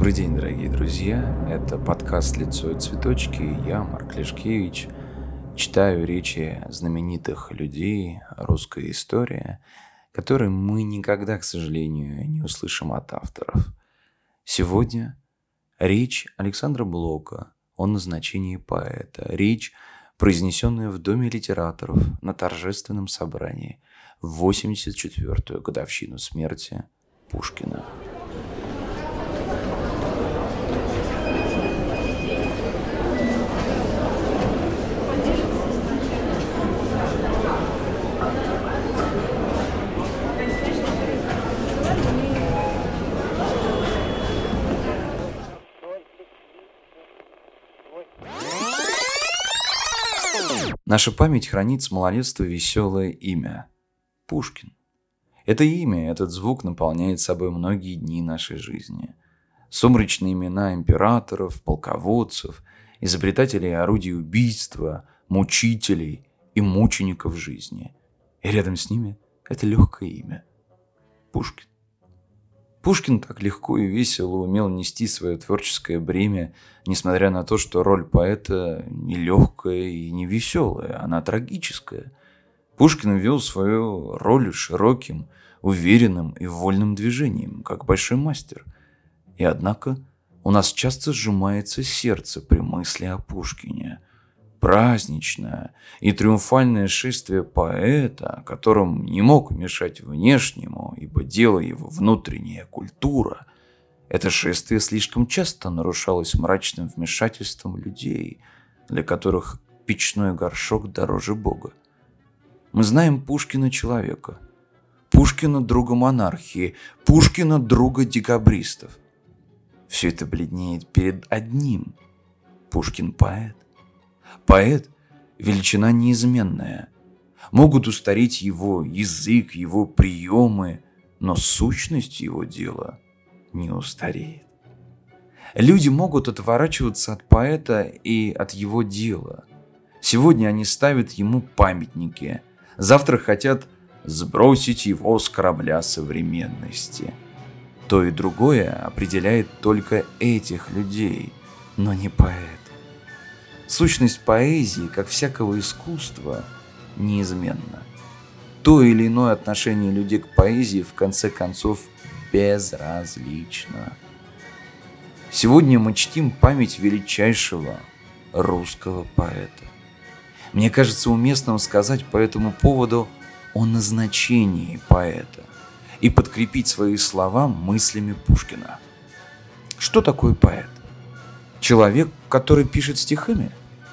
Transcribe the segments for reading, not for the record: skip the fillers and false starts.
Добрый день, дорогие друзья. Это подкаст «Лицо и цветочки». Я, Марк Лешкевич, читаю речи знаменитых людей русской истории, которые мы никогда, к сожалению, не услышим от авторов. Сегодня речь Александра Блока о назначении поэта. Речь, произнесенная в Доме литераторов на торжественном собрании в 84-ю годовщину смерти Пушкина. Наша память хранит с малолетства веселое имя – Пушкин. Это имя, этот звук наполняет собой многие дни нашей жизни. Сумрачные имена императоров, полководцев, изобретателей орудий убийства, мучителей и мучеников жизни. И рядом с ними это легкое имя – Пушкин. Пушкин так легко и весело умел нести свое творческое бремя, несмотря на то, что роль поэта не легкая и не веселая, она трагическая. Пушкин вел свою роль широким, уверенным и вольным движением, как большой мастер. И однако у нас часто сжимается сердце при мысли о Пушкине. Праздничное и триумфальное шествие поэта, которым не мог мешать внешнему, ибо дело его внутренняя культура, это шествие слишком часто нарушалось мрачным вмешательством людей, для которых печной горшок дороже Бога. Мы знаем Пушкина человека, Пушкина друга монархии, Пушкина друга декабристов. Все это бледнеет перед одним – Пушкин поэт. Поэт – величина неизменная. Могут устареть его язык, его приемы, но сущность его дела не устареет. Люди могут отворачиваться от поэта и от его дела. Сегодня они ставят ему памятники, завтра хотят сбросить его с корабля современности. То и другое определяет только этих людей, но не поэт. Сущность поэзии, как всякого искусства, неизменна. То или иное отношение людей к поэзии, в конце концов, безразлично. Сегодня мы чтим память величайшего русского поэта. Мне кажется уместным сказать по этому поводу о назначении поэта и подкрепить свои слова мыслями Пушкина. Что такое поэт? Человек, который пишет стихами?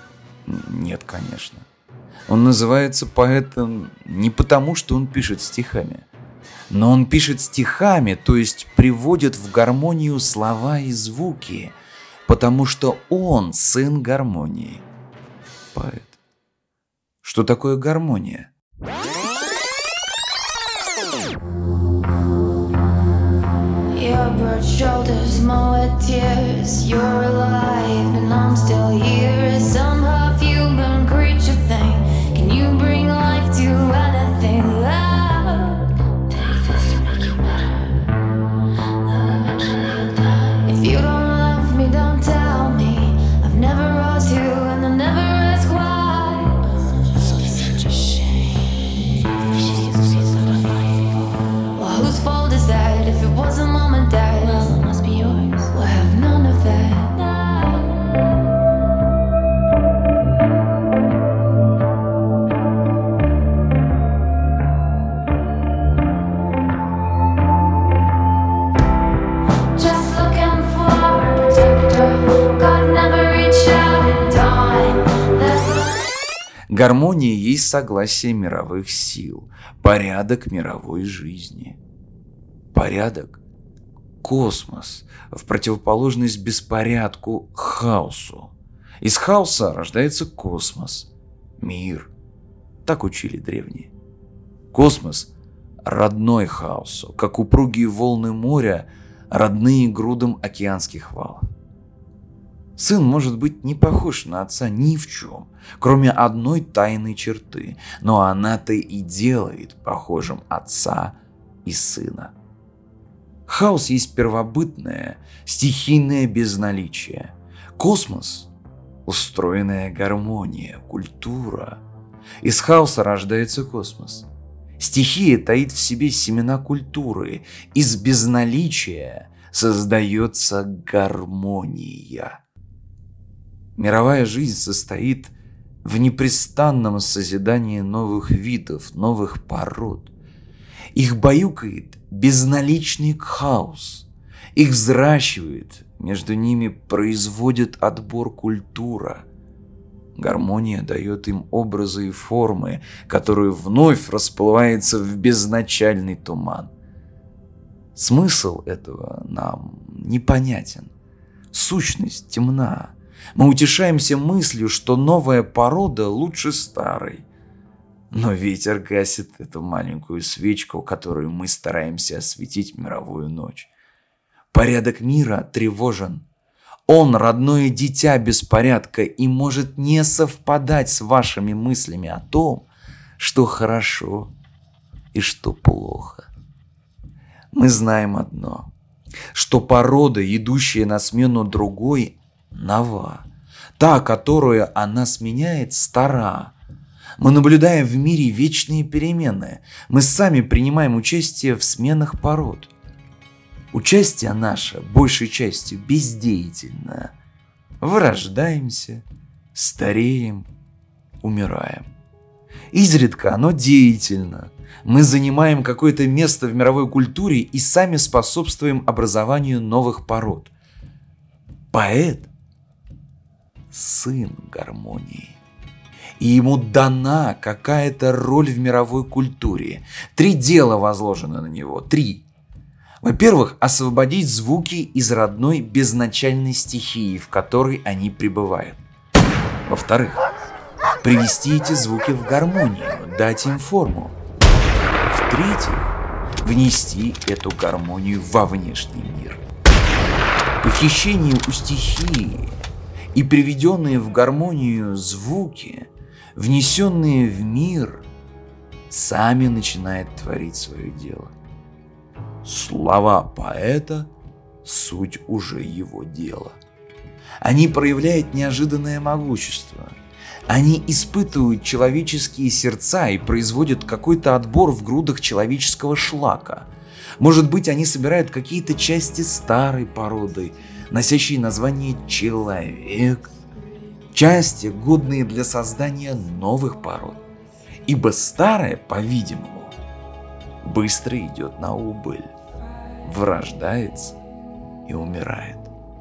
Нет, конечно. Он называется поэтом не потому, что он пишет стихами, но он пишет стихами, то есть приводит в гармонию слова и звуки, потому что он сын гармонии. Поэт. Что такое гармония? Your broad shoulders, mowed tears. You're alive and I'm still here. Some half human creature thing. Can you bring life to anything? Take this to make you better. Eventually you'll die. If you don't love me, don't tell me. I've never asked you and I never ask why. It's such a shame. Well, whose fault is that? If it wasn't mom and dad, well, it must be yours. We'll have none of that. Just looking for a protector. God never reached out in time. Гармония есть согласие мировых сил, порядок мировой жизни. Порядок – космос, в противоположность беспорядку – хаосу. Из хаоса рождается космос, мир. Так учили древние. Космос – родной хаосу, как упругие волны моря, родные грудам океанских валов. Сын может быть не похож на отца ни в чем, кроме одной тайной черты, но она-то и делает похожим отца и сына. Хаос есть первобытное, стихийное безналичие. Космос – устроенная гармония, культура. Из хаоса рождается космос. Стихия таит в себе семена культуры. Из безналичия создается гармония. Мировая жизнь состоит в непрестанном созидании новых видов, новых пород. Их баюкает безналичный хаос. Их взращивает, между ними производит отбор культура. Гармония дает им образы и формы, которые вновь расплываются в безначальный туман. Смысл этого нам непонятен. Сущность темна. Мы утешаемся мыслью, что новая порода лучше старой. Но ветер гасит эту маленькую свечку, которую мы стараемся осветить мировую ночь. Порядок мира тревожен. Он родное дитя беспорядка и может не совпадать с вашими мыслями о том, что хорошо и что плохо. Мы знаем одно, что порода, идущая на смену другой, нова. Та, которую она сменяет, стара. Мы наблюдаем в мире вечные перемены. Мы сами принимаем участие в сменах пород. Участие наше, большей частью, бездеятельно. Вырождаемся, стареем, умираем. Изредка оно деятельно. Мы занимаем какое-то место в мировой культуре и сами способствуем образованию новых пород. Поэт – сын гармонии. И ему дана какая-то роль в мировой культуре. 3 дела возложены на него. 3. Во-первых, освободить звуки из родной безначальной стихии, в которой они пребывают. Во-вторых, привести эти звуки в гармонию, дать им форму. В-третьих, внести эту гармонию во внешний мир. Похищение у стихии и приведенные в гармонию звуки, внесенные в мир, сами начинают творить свое дело. Слова поэта – суть уже его дела. Они проявляют неожиданное могущество. Они испытывают человеческие сердца и производят какой-то отбор в грудах человеческого шлака. Может быть, они собирают какие-то части старой породы, носящие название «человек», части, годные для создания новых пород. Ибо старое, по-видимому, быстро идет на убыль, вырождается и умирает.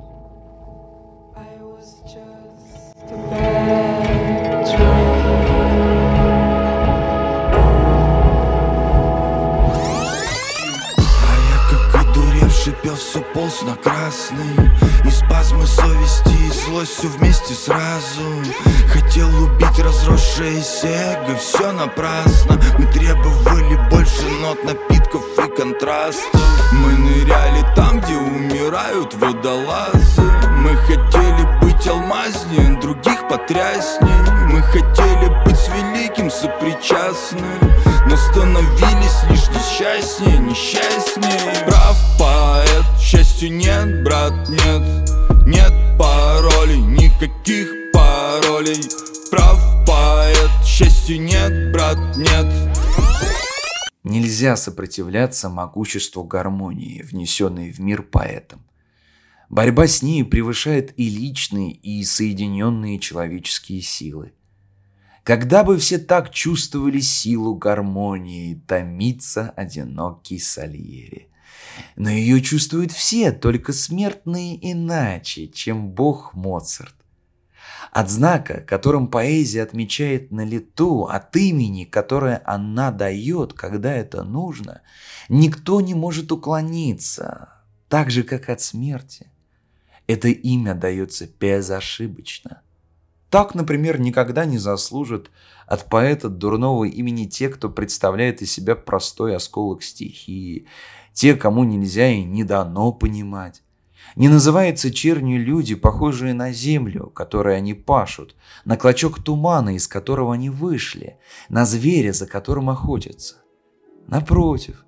Пел все полз на красный, и спазмы совести, и злостью вместе сразу. Хотел убить разросшееся эго, все напрасно. Мы требовали больше нот, напитков и контрастов. Мы ныряли там, где умирают водолазы. Мы хотели быть алмазнее, других потрясней. Мы хотели быть с великим сопричастны, но становились лишь несчастнее, несчастнее. Прав поэт, счастью нет, брат, нет. Нет паролей, никаких паролей. Прав поэт, счастью нет, брат, нет. Нельзя сопротивляться могуществу гармонии, внесенной в мир поэтом. Борьба с ней превышает и личные, и соединенные человеческие силы. Когда бы все так чувствовали силу гармонии, томится одинокий Сальери. Но ее чувствуют все, только смертные иначе, чем бог Моцарт. От знака, которым поэзия отмечает на лету, от имени, которое она дает, когда это нужно, никто не может уклониться, так же, как от смерти. Это имя дается безошибочно. Так, например, никогда не заслужат от поэта дурного имени те, кто представляет из себя простой осколок стихии, те, кому нельзя и не дано понимать. Не называются чернью люди, похожие на землю, которой они пашут, на клочок тумана, из которого они вышли, на зверя, за которым охотятся. Напротив,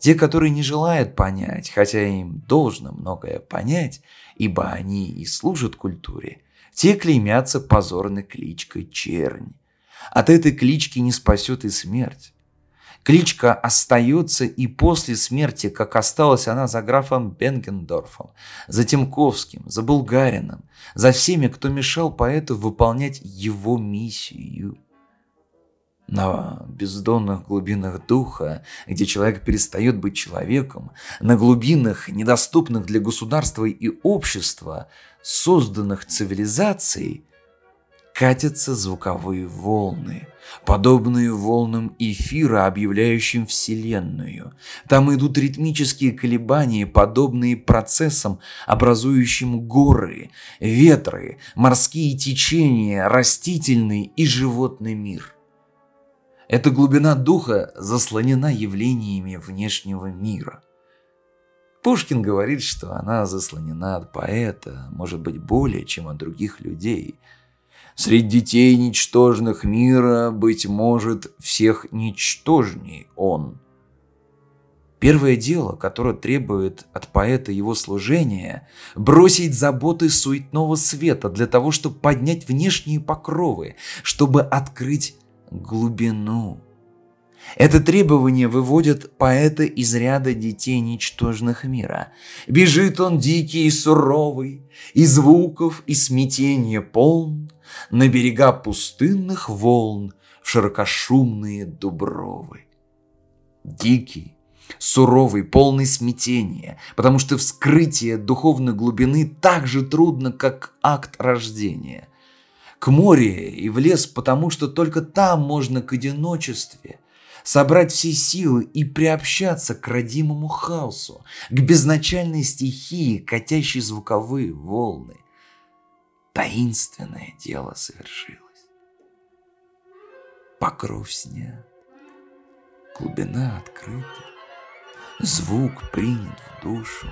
Те, которые не желают понять, хотя им должно многое понять, ибо они и служат культуре, те клеймятся позорной кличкой чернь. От этой клички не спасет и смерть. Кличка остается и после смерти, как осталась она за графом Бенкендорфом, за Тимковским, за Булгарином, за всеми, кто мешал поэту выполнять его миссию. На бездонных глубинах духа, где человек перестает быть человеком, на глубинах, недоступных для государства и общества, созданных цивилизацией, катятся звуковые волны, подобные волнам эфира, объявляющим Вселенную. Там идут ритмические колебания, подобные процессам, образующим горы, ветры, морские течения, растительный и животный мир. Эта глубина духа заслонена явлениями внешнего мира. Пушкин говорит, что она заслонена от поэта, может быть, более, чем от других людей. Среди детей ничтожных мира, быть может, всех ничтожней он. Первое дело, которое требует от поэта его служения, бросить заботы суетного света для того, чтобы поднять внешние покровы, чтобы открыть глубину. Это требование выводит поэта из ряда детей ничтожных мира. Бежит он дикий и суровый, и звуков, и смятения полн, на берега пустынных волн, в широкошумные дубровы. Дикий, суровый, полный смятения, потому что вскрытие духовной глубины так же трудно, как акт рождения. К морю и в лес, потому что только там можно к одиночестве собрать все силы и приобщаться к родимому хаосу, к безначальной стихии, катящей звуковые волны. Таинственное дело совершилось. Покров снят, глубина открыта, звук принят в душу.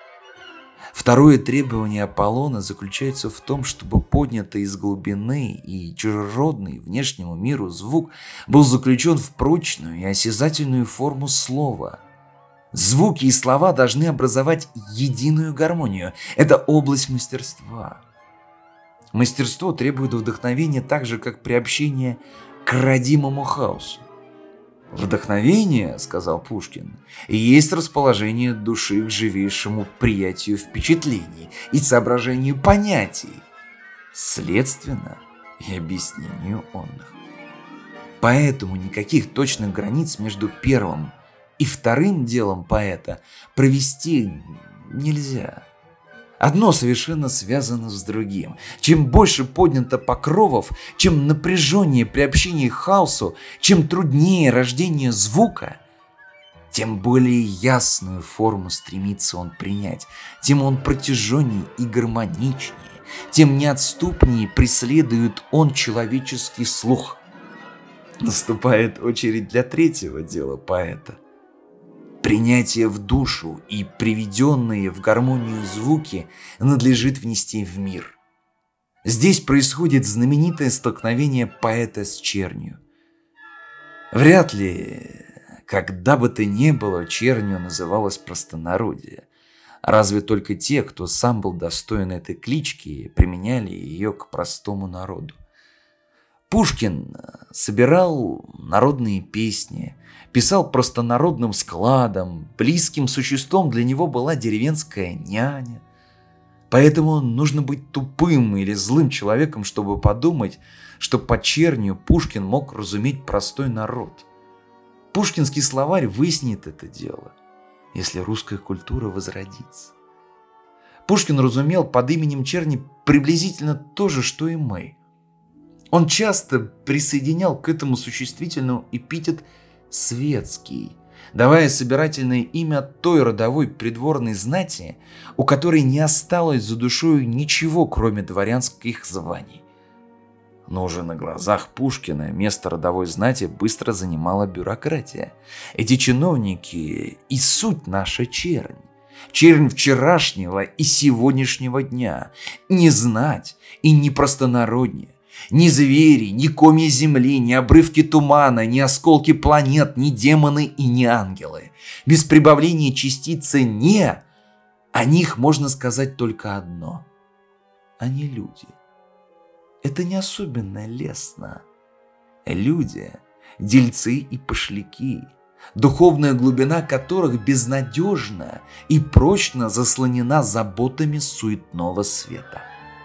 Второе требование Аполлона заключается в том, чтобы поднятый из глубины и чужеродный внешнему миру звук был заключен в прочную и осязательную форму слова. Звуки и слова должны образовать единую гармонию. Это область мастерства. Мастерство требует вдохновения так же, как приобщение к родимому хаосу. «Вдохновение, — сказал Пушкин, — есть расположение души к живейшему приятию впечатлений и соображению понятий, следственно и объяснению онных. Поэтому никаких точных границ между первым и вторым делом поэта провести нельзя. Одно совершенно связано с другим. Чем больше поднято покровов, чем напряженнее приобщение к хаосу, чем труднее рождение звука, тем более ясную форму стремится он принять, тем он протяженнее и гармоничнее, тем неотступнее преследует он человеческий слух. Наступает очередь для третьего дела поэта. Принятие в душу и приведенные в гармонию звуки надлежит внести в мир. Здесь происходит знаменитое столкновение поэта с чернью. Вряд ли, когда бы то ни было, чернью называлось простонародье. Разве только те, кто сам был достоин этой клички, применяли ее к простому народу. Пушкин собирал народные песни, писал простонародным складом, близким существом для него была деревенская няня. Поэтому нужно быть тупым или злым человеком, чтобы подумать, что под чернью Пушкин мог разуметь простой народ. Пушкинский словарь выяснит это дело, если русская культура возродится. Пушкин разумел под именем черни приблизительно то же, что и мы. Он часто присоединял к этому существительному эпитет «светский», давая собирательное имя той родовой придворной знати, у которой не осталось за душою ничего, кроме дворянских званий. Но уже на глазах Пушкина место родовой знати быстро занимала бюрократия. Эти чиновники и суть наша чернь. Чернь вчерашнего и сегодняшнего дня. Не знать и не простонароднее. Ни звери, ни комья земли, ни обрывки тумана, ни осколки планет, ни демоны и ни ангелы. Без прибавления частицы «не» о них можно сказать только одно. Они люди. Это не особенно лестно. Люди – дельцы и пошляки, духовная глубина которых безнадежна и прочно заслонена заботами суетного света.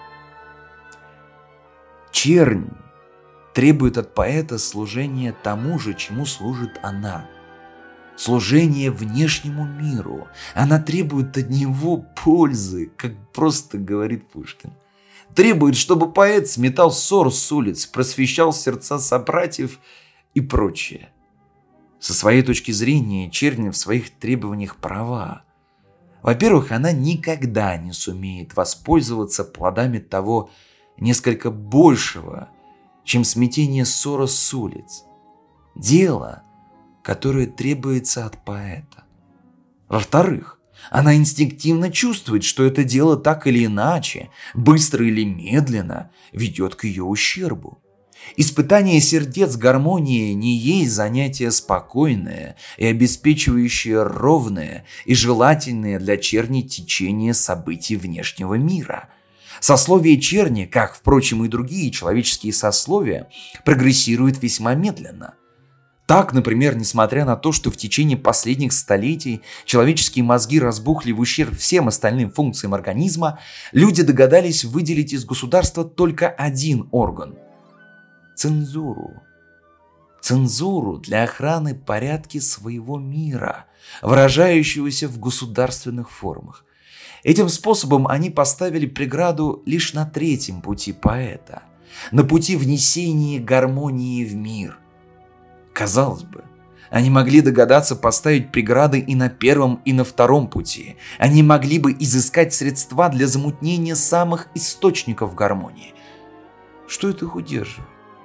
Чернь требует от поэта служения тому же, чему служит она. Служение внешнему миру. Она требует от него пользы, как просто говорит Пушкин. Требует, чтобы поэт сметал ссор с улиц, просвещал сердца собратьев и прочее. Со своей точки зрения, чернь в своих требованиях права. Во-первых, она никогда не сумеет воспользоваться плодами того несколько большего, чем смятение ссора с улиц. Дело, которое требуется от поэта. Во-вторых, она инстинктивно чувствует, что это дело так или иначе, быстро или медленно, ведет к ее ущербу. Испытание сердец гармонии не есть занятие спокойное и обеспечивающее ровное и желательное для черни течение событий внешнего мира. Сословие черни, как, впрочем, и другие человеческие сословия, прогрессирует весьма медленно. Так, например, несмотря на то, что в течение последних столетий человеческие мозги разбухли в ущерб всем остальным функциям организма, люди догадались выделить из государства только один орган – цензуру. Цензуру для охраны порядка своего мира, выражающегося в государственных формах. Этим способом они поставили преграду лишь на третьем пути поэта – на пути внесения гармонии в мир. Казалось бы, они могли догадаться поставить преграды и на первом, и на втором пути. Они могли бы изыскать средства для замутнения самых источников гармонии. Что это их удерживает?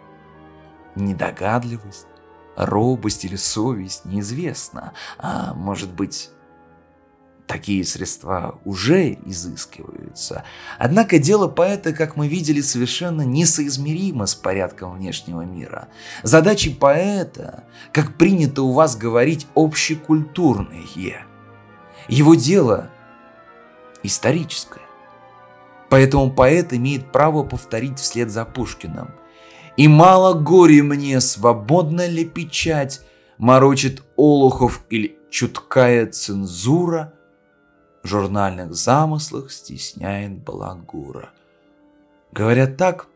Недогадливость, робость или совесть неизвестно. А может быть, такие средства уже изыскиваются. Однако дело поэта, как мы видели, совершенно несоизмеримо с порядком внешнего мира. Задачи поэта, как принято у вас говорить, общекультурные. Его дело историческое. Поэтому поэт имеет право повторить вслед за Пушкиным: «И мало горе мне, свободна ли печать, морочит олухов или чуткая цензура, в журнальных замыслах стесняет балагура». Говоря так,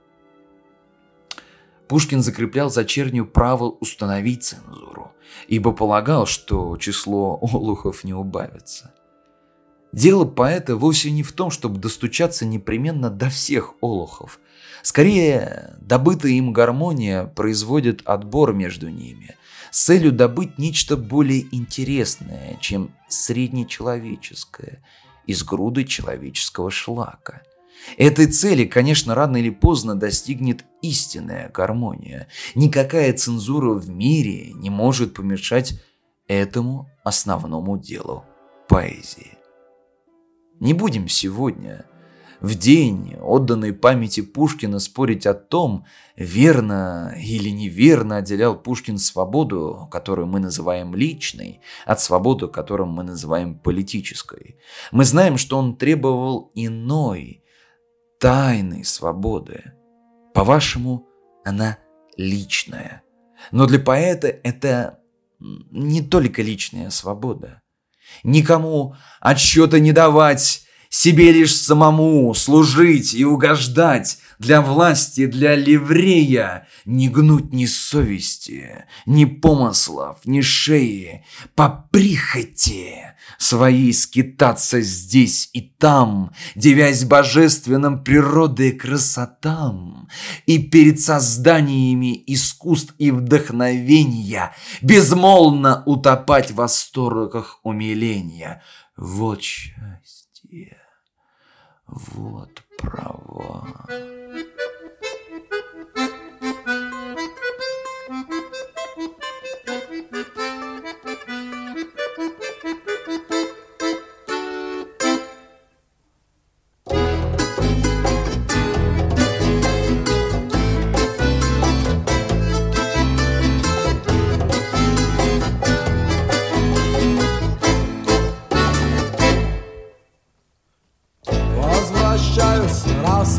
Пушкин закреплял за чернью право установить цензуру, ибо полагал, что число олухов не убавится. Дело поэта вовсе не в том, чтобы достучаться непременно до всех олухов. Скорее, добытая им гармония производит отбор между ними с целью добыть нечто более интересное, чем среднечеловеческое, из груды человеческого шлака. Этой цели, конечно, рано или поздно достигнет истинная гармония. Никакая цензура в мире не может помешать этому основному делу поэзии. Не будем сегодня, в день, отданный памяти Пушкина, спорить о том, верно или неверно отделял Пушкин свободу, которую мы называем личной, от свободы, которую мы называем политической. Мы знаем, что он требовал иной, тайной свободы. По-вашему, она личная. Но для поэта это не только личная свобода. Никому отсчета не давать, себе лишь самому служить и угождать, для власти, для ливрея, не гнуть ни совести, ни помыслов, ни шеи, по прихоти своей скитаться здесь и там, дивясь божественным природой красотам, и перед созданиями искусств и вдохновения безмолвно утопать в восторгах умиления. Вот счастье, вот права.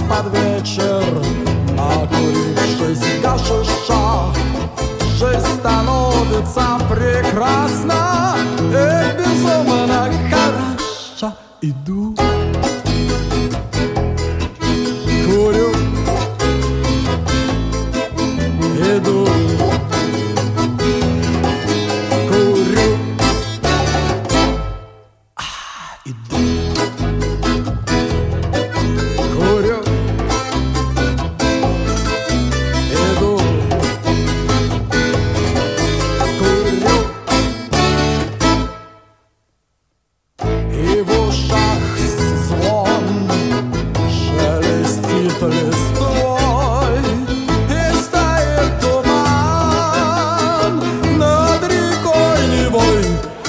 под вечер, накурившись гашиша, жизнь становится прекрасна и безумно хороша. Иду, курю, иду, курю, иду, курю, иду, курю. И в ушах звон шелестит листвой, и стоит туман над рекой Невой.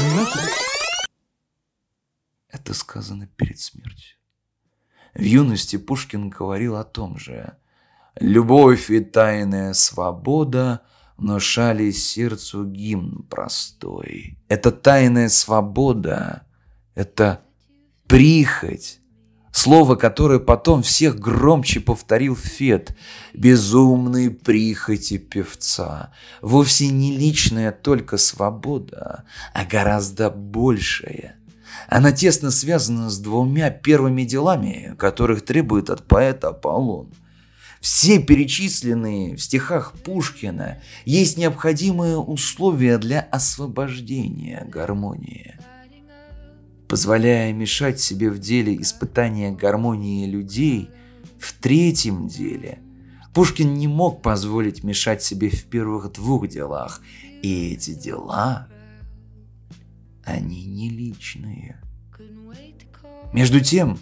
Это сказано перед смертью. В юности Пушкин говорил о том же. «Любовь и тайная свобода внушали сердцу гимн простой». Это тайная свобода, это прихоть. Слово, которое потом всех громче повторил Фет. Безумной прихоти певца. Вовсе не личная только свобода, а гораздо большая. Она тесно связана с двумя первыми делами, которых требует от поэта Аполлон. Все перечисленные в стихах Пушкина есть необходимые условия для освобождения гармонии. Позволяя мешать себе в деле испытания гармонии людей, в третьем деле Пушкин не мог позволить мешать себе в первых двух делах, и эти дела, они не личные. Между тем,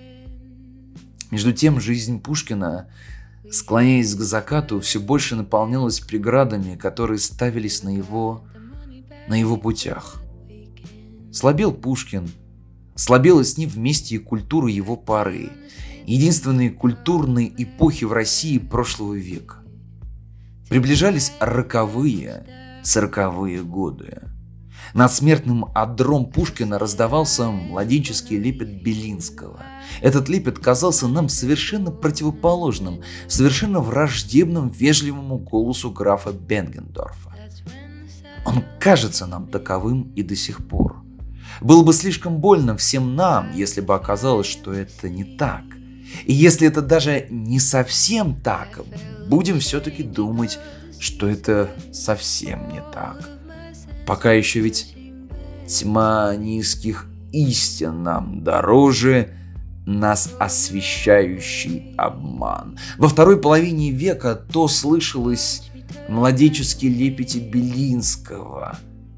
жизнь Пушкина, склоняясь к закату, все больше наполнялась преградами, которые ставились на его путях. Слабел Пушкин, слабела с ним вместе и культура его поры, единственной культурной эпохи в России прошлого века. Приближались роковые, 40-е годы. Над смертным одром Пушкина раздавался младенческий лепет Белинского. Этот лепет казался нам совершенно противоположным, совершенно враждебным вежливому голосу графа Бенгендорфа. Он кажется нам таковым и до сих пор. Было бы слишком больно всем нам, если бы оказалось, что это не так. И если это даже не совсем так, будем все-таки думать, что это совсем не так. Пока еще ведь тьма низких истин нам дороже нас освещающий обман. Во второй половине века то слышалось в младенчески лепете Белинского.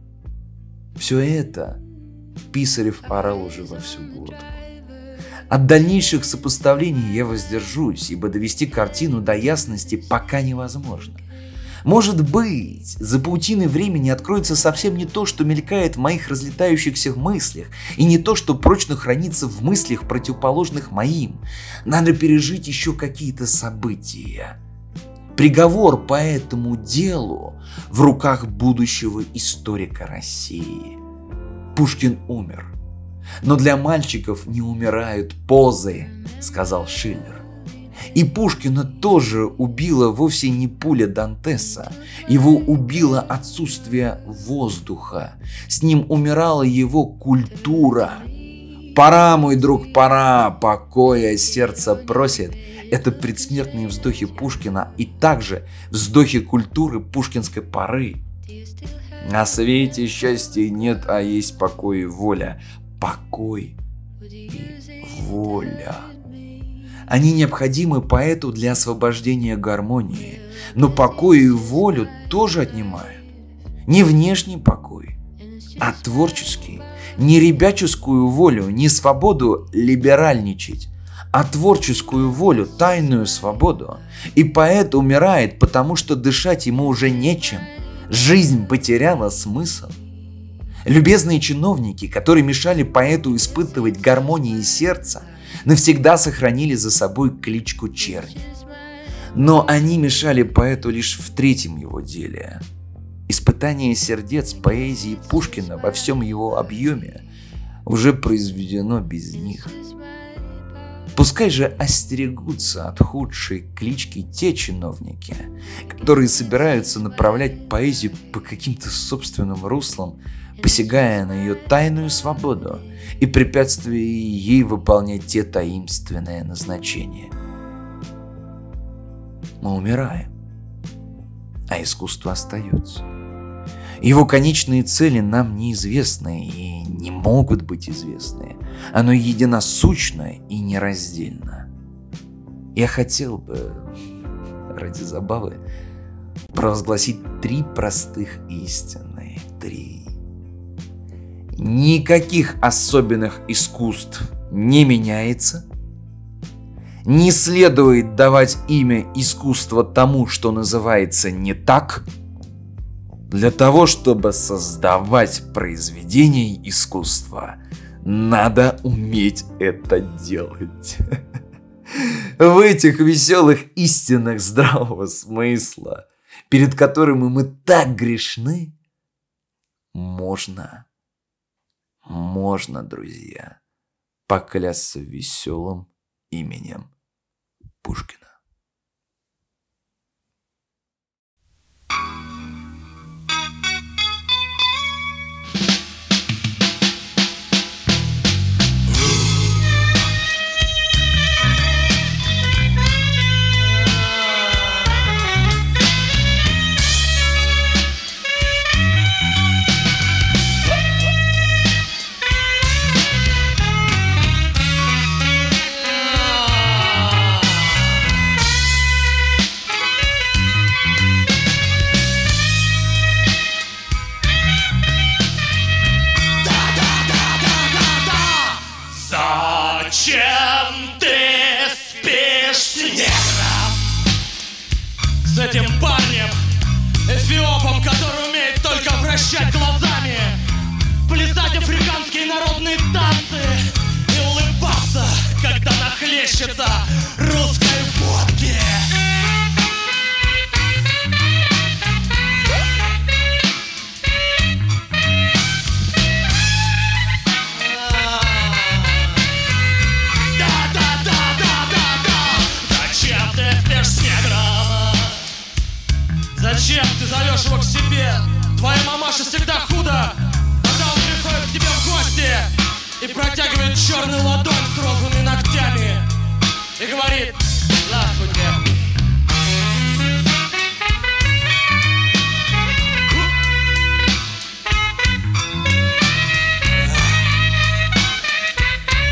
Все это Писарев орал уже во всю глотку. От дальнейших сопоставлений я воздержусь, ибо довести картину до ясности пока невозможно. Может быть, за паутиной времени откроется совсем не то, что мелькает в моих разлетающихся мыслях, и не то, что прочно хранится в мыслях, противоположных моим. Надо пережить еще какие-то события. Приговор по этому делу в руках будущего историка России. Пушкин умер. Но для мальчиков не умирают позы, сказал Шиллер. И Пушкина тоже убила вовсе не пуля Дантеса. Его убило отсутствие воздуха. С ним умирала его культура. Пора, мой друг, пора, покоя сердце просит. Это предсмертные вздохи Пушкина и также вздохи культуры пушкинской поры. На свете счастья нет, а есть покой и воля. Покой и воля. Они необходимы поэту для освобождения гармонии, но покой и волю тоже отнимают. Не внешний покой, а творческий. Не ребяческую волю, не свободу либеральничать, а творческую волю, тайную свободу. И поэт умирает, потому что дышать ему уже нечем. Жизнь потеряла смысл. Любезные чиновники, которые мешали поэту испытывать гармонии сердца, навсегда сохранили за собой кличку черни. Но они мешали поэту лишь в третьем его деле. Испытание сердец поэзии Пушкина во всем его объеме уже произведено без них. Пускай же остерегутся от худшей клички те чиновники, которые собираются направлять поэзию по каким-то собственным руслам, посягая на ее тайную свободу и препятствуя ей выполнять те таинственные назначения. Мы умираем, а искусство остается. Его конечные цели нам неизвестны и не могут быть известны. Оно единосущно и нераздельно. Я хотел бы, ради забавы, провозгласить 3 простых истины. 3. Никаких особенных искусств не меняется. Не следует давать имя искусства тому, что называется не так. Для того, чтобы создавать произведения искусства, надо уметь это делать. В этих веселых истинах здравого смысла, перед которыми мы так грешны, можно, друзья, поклясться веселым именем Пушкина. Зачем ты спишь с негром? С этим парнем, эфиопом, который умеет только вращать глазами, плясать африканские народные танцы и улыбаться, когда нахлещется русской водки. Зачем ты зовешь его к себе? Твоя мамаша всегда худо, когда он приходит к тебе в гости и протягивает черную ладонь с розовыми ногтями и говорит: здравствуйте.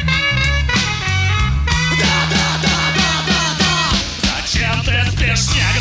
Зачем ты спишь, снег?